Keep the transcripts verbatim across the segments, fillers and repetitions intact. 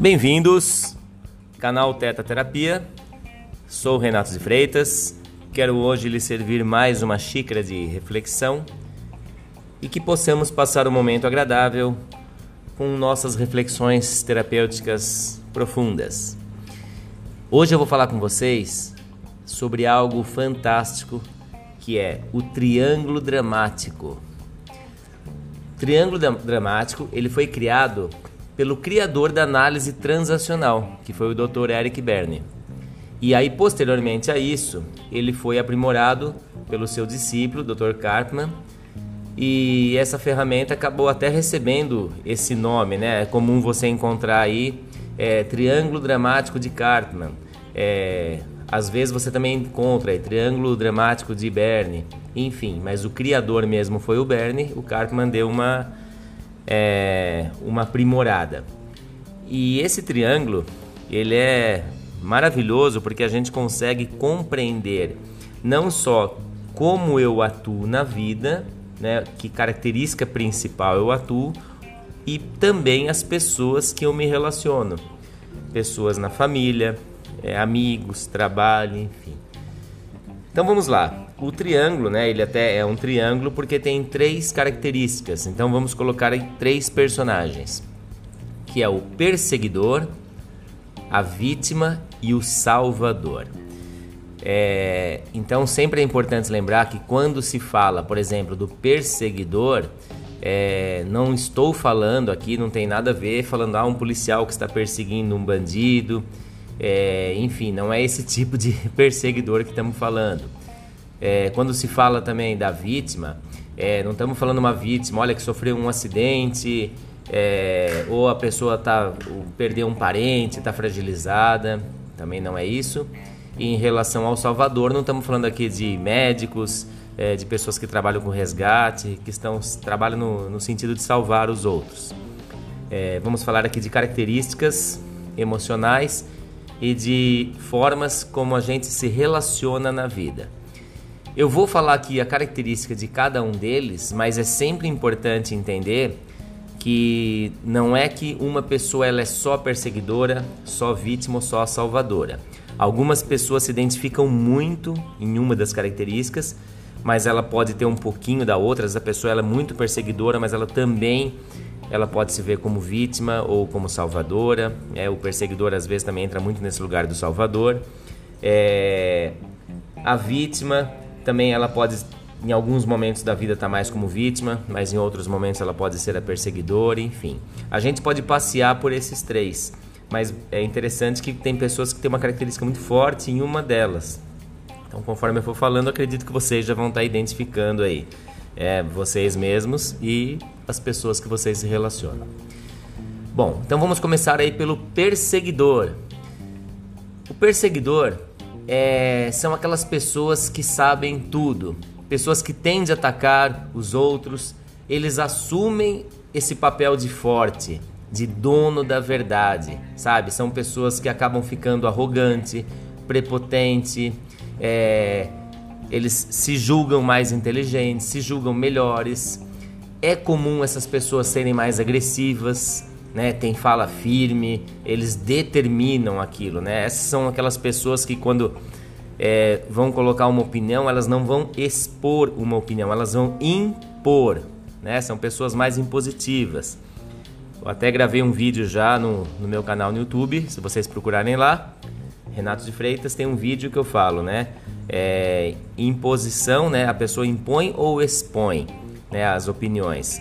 Bem-vindos, canal Teta Terapia. Sou Renato de Freitas. Quero hoje lhe servir mais uma xícara de reflexão e que possamos passar um momento agradável com nossas reflexões terapêuticas profundas. Hoje eu vou falar com vocês sobre algo fantástico que é o triângulo dramático. O triângulo dramático ele foi criado pelo criador da análise transacional, que foi o doutor Eric Berne. E aí, posteriormente a isso, ele foi aprimorado pelo seu discípulo, doutor Karpman, e essa ferramenta acabou até recebendo esse nome, né? É comum você encontrar aí é, triângulo dramático de Karpman. É, às vezes você também encontra aí, triângulo dramático de Berne. Enfim, mas o criador mesmo foi o Berne. O Karpman deu uma, é, uma aprimorada. E esse triângulo, ele é maravilhoso porque a gente consegue compreender não só como eu atuo na vida, né, que característica principal eu atuo, e também as pessoas que eu me relaciono, pessoas na família, é, amigos, trabalho, enfim. Então vamos lá, o triângulo, né, ele até é um triângulo porque tem três características, então vamos colocar aí três personagens, que é o perseguidor, a vítima e o salvador. É, então sempre é importante lembrar que quando se fala, por exemplo, do perseguidor, é, não estou falando aqui, não tem nada a ver falando ah, um policial que está perseguindo um bandido, é, enfim, não é esse tipo de perseguidor que estamos falando. É, quando se fala também da vítima, é, não estamos falando uma vítima, olha, que sofreu um acidente, é, ou a pessoa tá, perdeu um parente, está fragilizada, também não é isso. E em relação ao salvador, não estamos falando aqui de médicos, é, de pessoas que trabalham com resgate, que estão, trabalham no, no sentido de salvar os outros. É, vamos falar aqui de características emocionais e de formas como a gente se relaciona na vida. Eu vou falar aqui a característica de cada um deles, mas é sempre importante entender que não é que uma pessoa ela é só perseguidora, só vítima ou só salvadora. Algumas pessoas se identificam muito em uma das características, mas ela pode ter um pouquinho da outra. Essa pessoa ela é muito perseguidora, mas ela também ela pode se ver como vítima ou como salvadora. É, o perseguidor às vezes também entra muito nesse lugar do salvador. É, a vítima também ela pode, em alguns momentos da vida, estar mais como vítima, mas em outros momentos ela pode ser a perseguidora, enfim. A gente pode passear por esses três. Mas é interessante que tem pessoas que têm uma característica muito forte em uma delas. Então, conforme eu for falando, acredito que vocês já vão estar identificando aí. É, vocês mesmos e as pessoas que vocês se relacionam. Bom, então vamos começar aí pelo perseguidor. O perseguidor é, são aquelas pessoas que sabem tudo. Pessoas que tendem a atacar os outros. Eles assumem esse papel de forte, de dono da verdade, sabe? São pessoas que acabam ficando arrogante, prepotente, é, eles se julgam mais inteligentes, se julgam melhores. É comum essas pessoas serem mais agressivas, né? Tem fala firme, eles determinam aquilo, né? Essas são aquelas pessoas que quando é, vão colocar uma opinião, elas não vão expor uma opinião, elas vão impor, né? São pessoas mais impositivas. Eu até gravei um vídeo já no, no meu canal no YouTube, se vocês procurarem lá, Renato de Freitas, tem um vídeo que eu falo, né? É, imposição, né? A pessoa impõe ou expõe, né, as opiniões.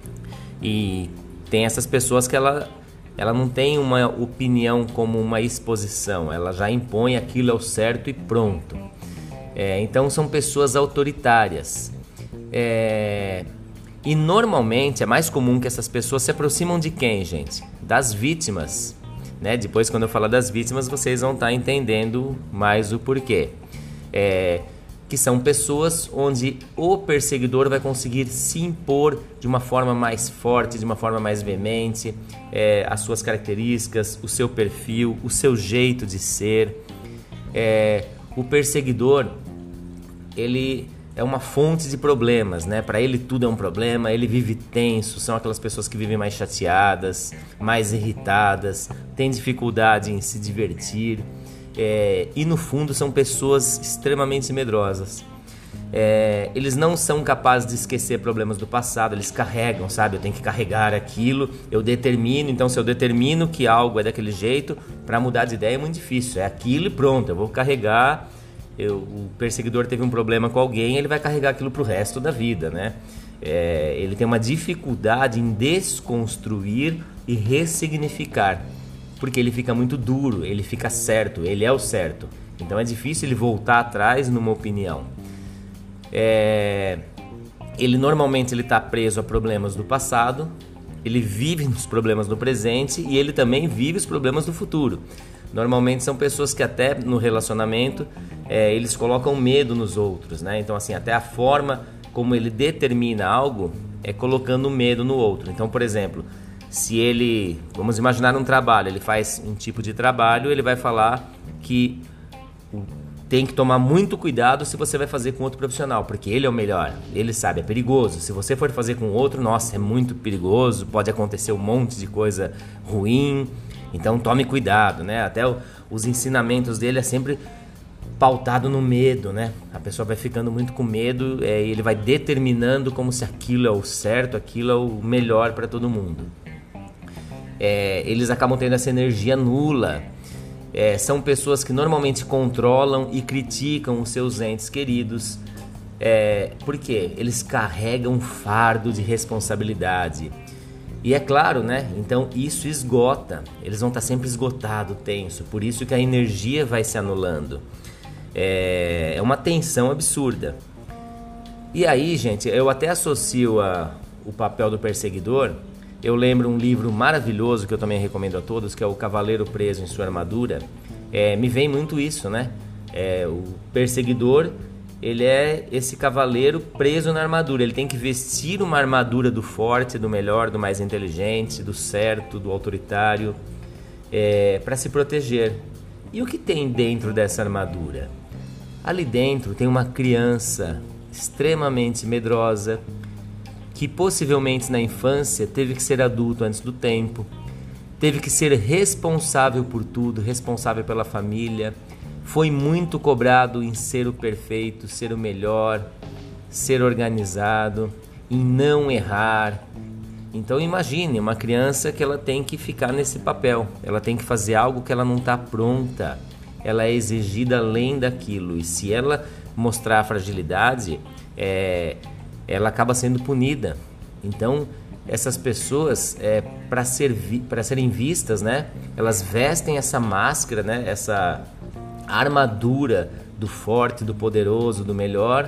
E tem essas pessoas que ela, ela não tem uma opinião como uma exposição, ela já impõe aquilo ao certo e pronto. É, então são pessoas autoritárias. É... E normalmente é mais comum que essas pessoas se aproximam de quem, gente? Das vítimas, né? Depois, quando eu falar das vítimas, vocês vão estar entendendo mais o porquê. É, que são pessoas onde o perseguidor vai conseguir se impor de uma forma mais forte, de uma forma mais veemente, é, as suas características, o seu perfil, o seu jeito de ser. É, o perseguidor, ele é uma fonte de problemas, né? Para ele tudo é um problema, ele vive tenso, são aquelas pessoas que vivem mais chateadas, mais irritadas, têm dificuldade em se divertir, é, e no fundo são pessoas extremamente medrosas. É, eles não são capazes de esquecer problemas do passado, eles carregam, sabe? Eu tenho que carregar aquilo, eu determino, então se eu determino que algo é daquele jeito, para mudar de ideia é muito difícil, é aquilo e pronto, eu vou carregar. Eu, o perseguidor teve um problema com alguém, ele vai carregar aquilo pro resto da vida, né? É, ele tem uma dificuldade em desconstruir e ressignificar, porque ele fica muito duro, ele fica certo, ele é o certo. Então é difícil ele voltar atrás numa opinião. É, ele normalmente ele está preso a problemas do passado, ele vive nos problemas do presente e ele também vive os problemas do futuro. Normalmente são pessoas que até no relacionamento é, eles colocam medo nos outros, né? Então assim, até a forma como ele determina algo é colocando medo no outro. Então, por exemplo, se ele, vamos imaginar um trabalho, ele faz um tipo de trabalho, ele vai falar que tem que tomar muito cuidado se você vai fazer com outro profissional, porque ele é o melhor, ele sabe, é perigoso. Se você for fazer com outro, nossa, é muito perigoso, pode acontecer um monte de coisa ruim, então tome cuidado, né? Até o, os ensinamentos dele é sempre pautado no medo, né? A pessoa vai ficando muito com medo é, e ele vai determinando como se aquilo é o certo, aquilo é o melhor para todo mundo. É, eles acabam tendo essa energia nula. É, são pessoas que normalmente controlam e criticam os seus entes queridos. É, por quê? Eles carregam um fardo de responsabilidade. E é claro, né? Então isso esgota. Eles vão estar sempre esgotados, tenso. Por isso que a energia vai se anulando. É, é uma tensão absurda. E aí, gente, eu até associo a, o papel do perseguidor. Eu lembro um livro maravilhoso que eu também recomendo a todos, que é O Cavaleiro Preso em Sua Armadura. É, me vem muito isso, né? É, o perseguidor, ele é esse cavaleiro preso na armadura. Ele tem que vestir uma armadura do forte, do melhor, do mais inteligente, do certo, do autoritário, é, para se proteger. E o que tem dentro dessa armadura? Ali dentro tem uma criança extremamente medrosa, que possivelmente na infância teve que ser adulto antes do tempo, teve que ser responsável por tudo, responsável pela família, foi muito cobrado em ser o perfeito, ser o melhor, ser organizado, em não errar. Então imagine uma criança que ela tem que ficar nesse papel, ela tem que fazer algo que ela não está pronta, ela é exigida além daquilo, e se ela mostrar fragilidade, é... ela acaba sendo punida. Então, essas pessoas, é, para ser vi- para serem vistas, né, elas vestem essa máscara, né, essa armadura do forte, do poderoso, do melhor,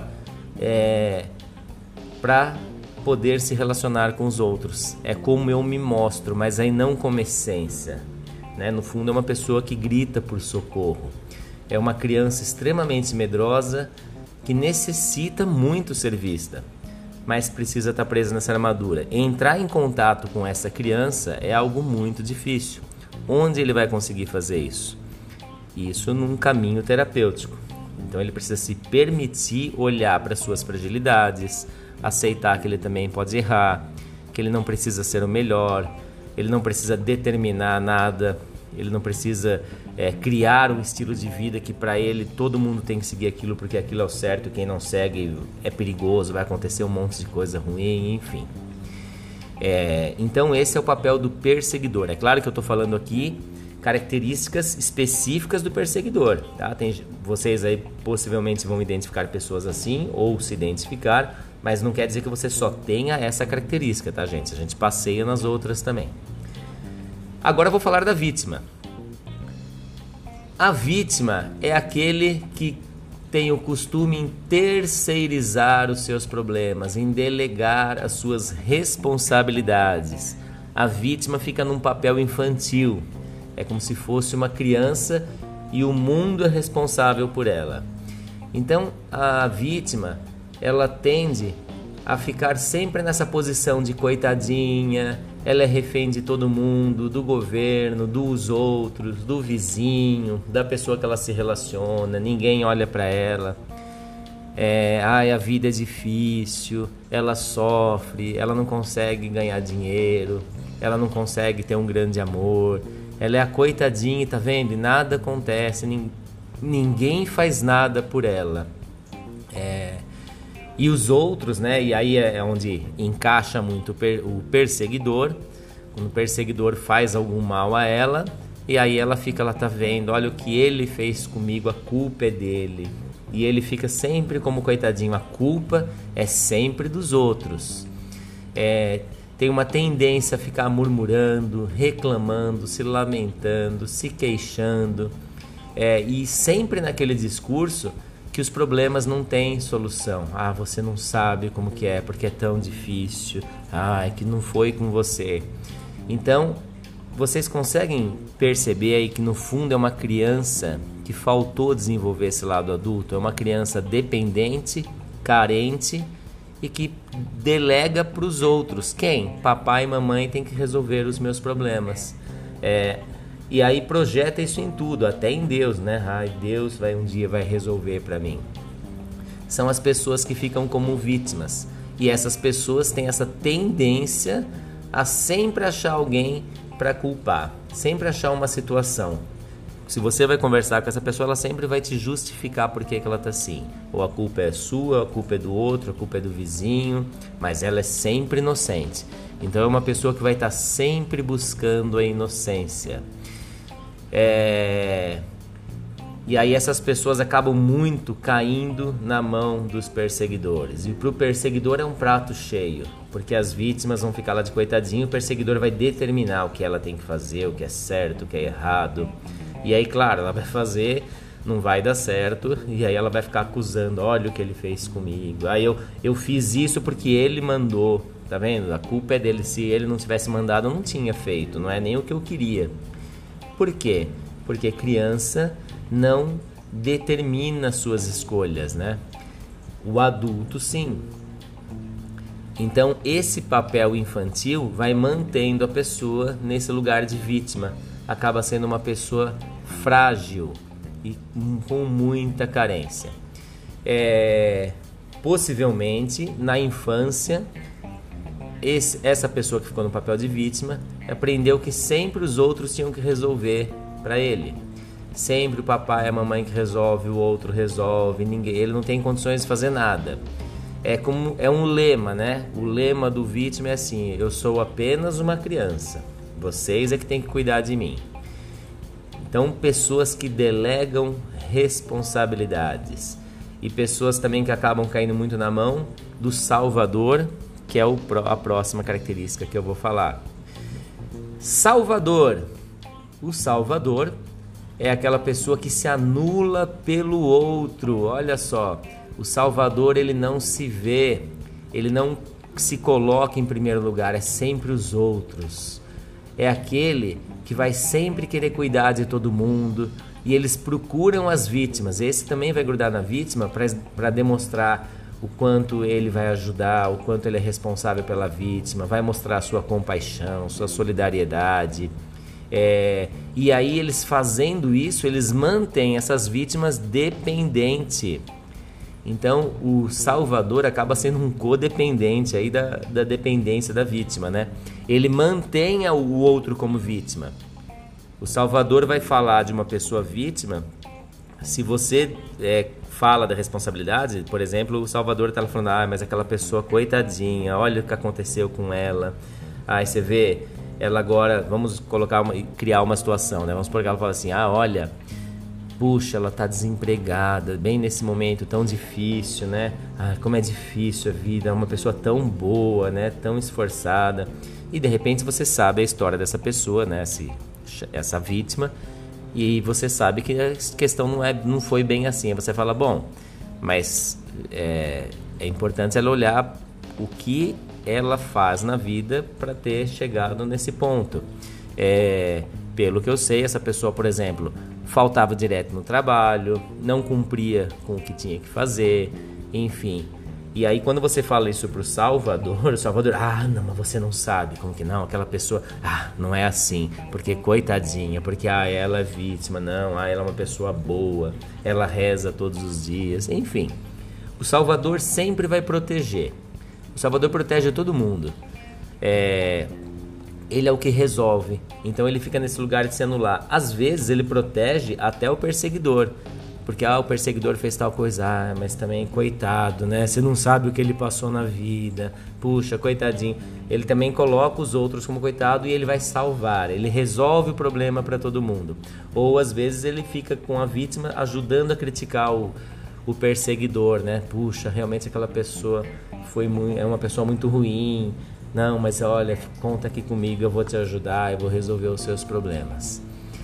é, para poder se relacionar com os outros. É como eu me mostro, mas aí não como essência, né? No fundo é uma pessoa que grita por socorro. É uma criança extremamente medrosa que necessita muito ser vista, mas precisa estar presa nessa armadura. Entrar em contato com essa criança é algo muito difícil. Onde ele vai conseguir fazer isso? Isso num caminho terapêutico. Então ele precisa se permitir olhar para suas fragilidades, aceitar que ele também pode errar, que ele não precisa ser o melhor, ele não precisa determinar nada, ele não precisa é, criar um estilo de vida que para ele todo mundo tem que seguir aquilo porque aquilo é o certo, e quem não segue é perigoso, vai acontecer um monte de coisa ruim, enfim. É, então esse é o papel do perseguidor. É claro que eu estou falando aqui características específicas do perseguidor, tá? Tem, vocês aí possivelmente vão identificar pessoas assim ou se identificar, mas não quer dizer que você só tenha essa característica, tá, gente? A gente passeia nas outras também. Agora eu vou falar da vítima. A vítima é aquele que tem o costume em terceirizar os seus problemas, em delegar as suas responsabilidades. A vítima fica num papel infantil. É como se fosse uma criança e o mundo é responsável por ela. Então, a vítima, ela tende a ficar sempre nessa posição de coitadinha, ela é refém de todo mundo, do governo, dos outros, do vizinho, da pessoa que ela se relaciona, ninguém olha para ela. É, ai, a vida é difícil, ela sofre, ela não consegue ganhar dinheiro, ela não consegue ter um grande amor, ela é a coitadinha, tá vendo? E nada acontece, nin, ninguém faz nada por ela. É, e os outros, né? E aí é onde encaixa muito o, per, o perseguidor. Quando o perseguidor faz algum mal a ela, e aí ela fica lá, tá vendo? Olha o que ele fez comigo, a culpa é dele. E ele fica sempre como coitadinho, a culpa é sempre dos outros. É, tem uma tendência a ficar murmurando, reclamando, se lamentando, se queixando. É, e sempre naquele discurso que os problemas não têm solução. Ah, você não sabe como que é, porque é tão difícil. Ah, é que não foi com você. Então, vocês conseguem perceber aí que no fundo é uma criança que faltou desenvolver esse lado adulto, é uma criança dependente, carente e que delega para os outros. Quem? Papai e mamãe têm que resolver os meus problemas. É, e aí projeta isso em tudo, até em Deus, né? Ai, Deus vai um dia vai resolver para mim. São as pessoas que ficam como vítimas. E essas pessoas têm essa tendência a sempre achar alguém para culpar, sempre achar uma situação. Se você vai conversar com essa pessoa, ela sempre vai te justificar por que ela está assim. Ou a culpa é sua, a culpa é do outro, a culpa é do vizinho, mas ela é sempre inocente. Então é uma pessoa que vai estar sempre buscando a inocência. É... E aí essas pessoas acabam muito caindo na mão dos perseguidores. E para o perseguidor é um prato cheio, porque as vítimas vão ficar lá de coitadinho, o perseguidor vai determinar o que ela tem que fazer, o que é certo, o que é errado. E aí, claro, ela vai fazer, não vai dar certo, e aí ela vai ficar acusando, olha o que ele fez comigo. Aí eu, eu fiz isso porque ele mandou, tá vendo? A culpa é dele, se ele não tivesse mandado, eu não tinha feito, não é nem o que eu queria. Por quê? Porque criança não determina suas escolhas, né? O adulto sim. Então esse papel infantil vai mantendo a pessoa nesse lugar de vítima. Acaba sendo uma pessoa frágil e com muita carência. É, possivelmente na infância esse, essa pessoa que ficou no papel de vítima aprendeu que sempre os outros tinham que resolver para ele. Sempre o papai e a mamãe que resolve, o outro resolve, ninguém, ele não tem condições de fazer nada. É, como, é um lema, né? O lema do vítima é assim: eu sou apenas uma criança, vocês é que tem que cuidar de mim. Então, pessoas que delegam responsabilidades e pessoas também que acabam caindo muito na mão do salvador, que é o, a próxima característica que eu vou falar. Salvador. O salvador é aquela pessoa que se anula pelo outro. Olha só, o salvador ele não se vê, ele não se coloca em primeiro lugar, é sempre os outros. É aquele que vai sempre querer cuidar de todo mundo e eles procuram as vítimas. Esse também vai grudar na vítima para demonstrar o quanto ele vai ajudar, o quanto ele é responsável pela vítima, vai mostrar a sua compaixão, sua solidariedade. É, e aí eles fazendo isso, eles mantêm essas vítimas dependentes. Então o salvador acaba sendo um codependente aí da, da dependência da vítima, né? Ele mantém o outro como vítima. O salvador vai falar de uma pessoa vítima. Se você é, fala da responsabilidade, por exemplo, o salvador está falando, ah, mas aquela pessoa coitadinha, olha o que aconteceu com ela. Aí você vê, ela agora, vamos colocar uma, criar uma situação, né? Vamos supor que ela fala assim, ah, olha, puxa, ela está desempregada, bem nesse momento tão difícil, né? Ah, como é difícil a vida, é uma pessoa tão boa, né? Tão esforçada. E de repente você sabe a história dessa pessoa, né? Esse, essa vítima. E você sabe que a questão não, é, não foi bem assim. Aí você fala, bom, mas é, é importante ela olhar o que ela faz na vida para ter chegado nesse ponto. É, pelo que eu sei, essa pessoa, por exemplo, faltava direto no trabalho, não cumpria com o que tinha que fazer, enfim. E aí quando você fala isso pro Salvador, o Salvador, ah, não, mas você não sabe, como que não? Aquela pessoa, ah, não é assim, porque coitadinha, porque ah, ela é vítima, não, ah, ela é uma pessoa boa, ela reza todos os dias, enfim. O salvador sempre vai proteger. O salvador protege todo mundo. É... Ele é o que resolve. Então ele fica nesse lugar de se anular. Às vezes ele protege até o perseguidor. Porque ah, o perseguidor fez tal coisa, ah, mas também coitado, né? Você não sabe o que ele passou na vida. Puxa, coitadinho. Ele também coloca os outros como coitado e ele vai salvar. Ele resolve o problema para todo mundo. Ou às vezes ele fica com a vítima ajudando a criticar o, o perseguidor, né? Puxa, realmente aquela pessoa foi muito, é uma pessoa muito ruim. Não, mas olha, conta aqui comigo, eu vou te ajudar, eu vou resolver os seus problemas.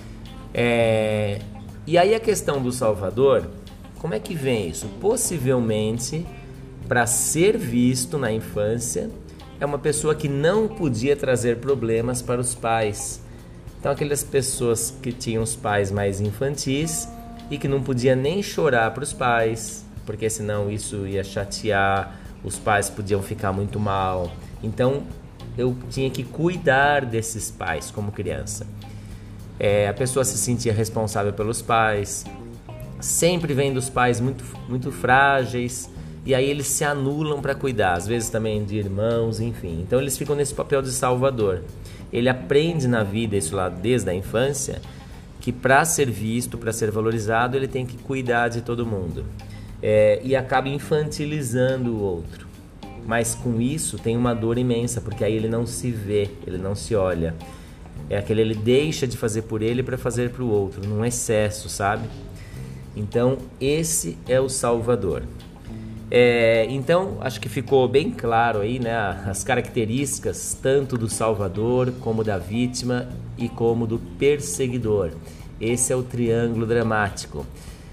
É... E aí a questão do salvador, como é que vem isso? Possivelmente, para ser visto na infância, é uma pessoa que não podia trazer problemas para os pais. Então aquelas pessoas que tinham os pais mais infantis e que não podia nem chorar para os pais, porque senão isso ia chatear, os pais podiam ficar muito mal. Então eu tinha que cuidar desses pais como criança. É, a pessoa se sentia responsável pelos pais, sempre vem dos pais muito, muito frágeis, e aí eles se anulam para cuidar, às vezes também de irmãos, enfim. Então eles ficam nesse papel de salvador. Ele aprende na vida, isso lá desde a infância, que para ser visto, para ser valorizado, ele tem que cuidar de todo mundo. É, e acaba infantilizando o outro. Mas com isso tem uma dor imensa, porque aí ele não se vê, ele não se olha. É aquele, ele deixa de fazer por ele para fazer para o outro, num excesso, sabe? Então, esse é o salvador. É, então, acho que ficou bem claro aí, né, as características tanto do salvador, como da vítima e como do perseguidor. Esse é o triângulo dramático.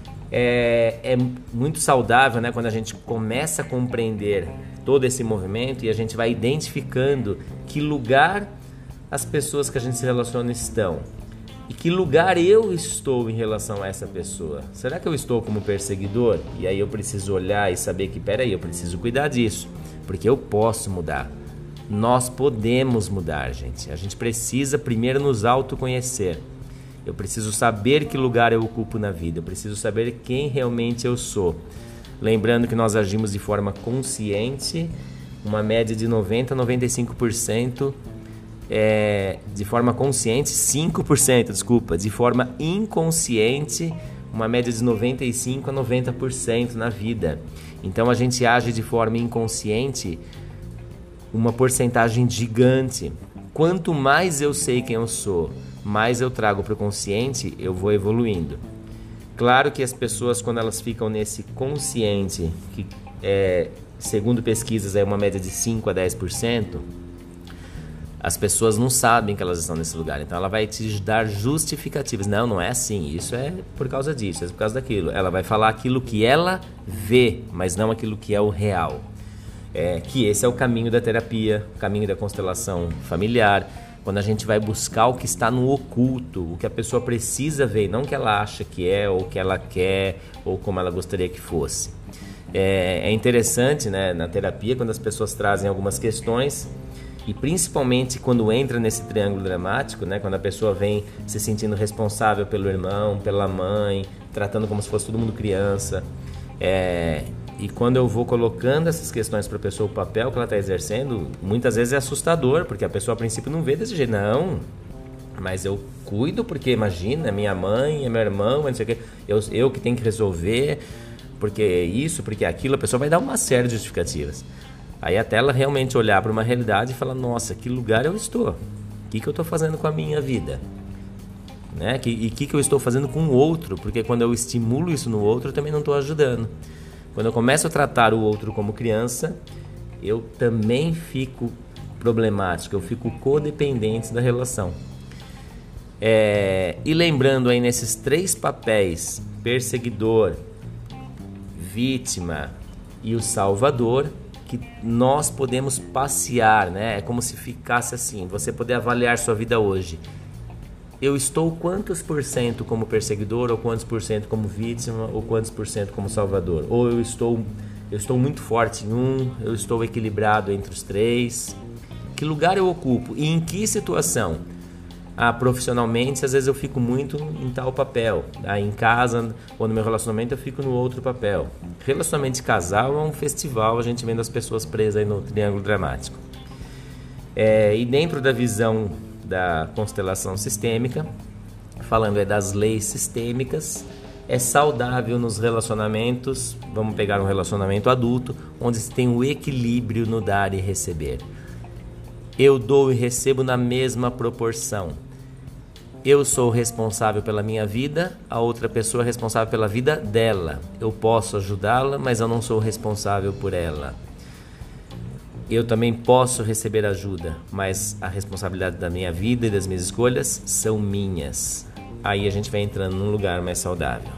É, é muito saudável, né, quando a gente começa a compreender todo esse movimento e a gente vai identificando que lugar as pessoas que a gente se relaciona estão e que lugar eu estou em relação a essa pessoa. Será que eu estou como perseguidor? E aí eu preciso olhar e saber que, peraí, eu preciso cuidar disso, porque eu posso mudar. Nós podemos mudar, gente. A gente precisa primeiro nos autoconhecer. Eu preciso saber que lugar eu ocupo na vida. Eu preciso saber quem realmente eu sou. Lembrando que nós agimos de forma consciente, uma média de noventa a noventa e cinco por cento. É, de forma consciente, cinco por cento, desculpa, de forma inconsciente, uma média de noventa e cinco a noventa por cento na vida. Então a gente age de forma inconsciente uma porcentagem gigante. Quanto mais eu sei quem eu sou, mais eu trago para o consciente, eu vou evoluindo. Claro que as pessoas, quando elas ficam nesse consciente, que é, segundo pesquisas é uma média de cinco a dez por cento, as pessoas não sabem que elas estão nesse lugar. Então ela vai te dar justificativas. Não, não é assim. Isso é por causa disso, é por causa daquilo. Ela vai falar aquilo que ela vê, mas não aquilo que é o real. É, que esse é o caminho da terapia, o caminho da constelação familiar. Quando a gente vai buscar o que está no oculto, o que a pessoa precisa ver, não o que ela acha que é, ou o que ela quer, ou como ela gostaria que fosse. É, é interessante, né, na terapia, quando as pessoas trazem algumas questões, e principalmente quando entra nesse triângulo dramático, né, quando a pessoa vem se sentindo responsável pelo irmão, pela mãe, tratando como se fosse todo mundo criança. É, e quando eu vou colocando essas questões para a pessoa, o papel que ela está exercendo, muitas vezes é assustador, porque a pessoa a princípio não vê desse jeito. Não, mas eu cuido porque, imagina, é minha mãe, é meu irmão, não sei o quê, eu, eu que tenho que resolver, porque isso, porque aquilo, a pessoa vai dar uma série de justificativas. Aí até ela realmente olhar para uma realidade e falar, nossa, que lugar eu estou? O que, que eu estou fazendo com a minha vida? Né? Que, e o que, que eu estou fazendo com o outro? Porque quando eu estimulo isso no outro, eu também não estou ajudando. Quando eu começo a tratar o outro como criança, eu também fico problemático, eu fico codependente da relação. É, e lembrando aí nesses três papéis, perseguidor, vítima e o salvador, que nós podemos passear, né? É como se ficasse assim, você poder avaliar sua vida hoje. Eu estou quantos por cento como perseguidor, ou quantos por cento como vítima, ou quantos por cento como salvador? Ou eu estou, eu estou muito forte em um, eu estou equilibrado entre os três. Que lugar eu ocupo e em que situação? Ah, profissionalmente, às vezes eu fico muito em tal papel. Ah, em casa ou no meu relacionamento eu fico no outro papel. Relacionamento de casal é um festival, a gente vendo as pessoas presas aí no triângulo dramático. É, e dentro da visão da constelação sistêmica, falando é das leis sistêmicas, é saudável nos relacionamentos, vamos pegar um relacionamento adulto, onde se tem o equilíbrio no dar e receber. Eu dou e recebo na mesma proporção. Eu sou responsável pela minha vida, a outra pessoa é responsável pela vida dela. Eu posso ajudá-la, mas eu não sou responsável por ela. Eu também posso receber ajuda, mas a responsabilidade da minha vida e das minhas escolhas são minhas. Aí a gente vai entrando num lugar mais saudável.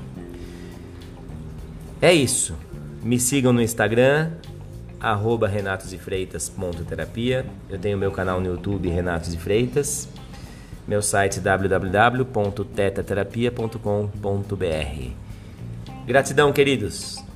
É isso. Me sigam no Instagram, arroba renatos de freitas ponto terapia. Eu tenho meu canal no YouTube, Renatos de Freitas. Meu site w w w ponto teta terapia ponto com ponto b r. Gratidão, queridos!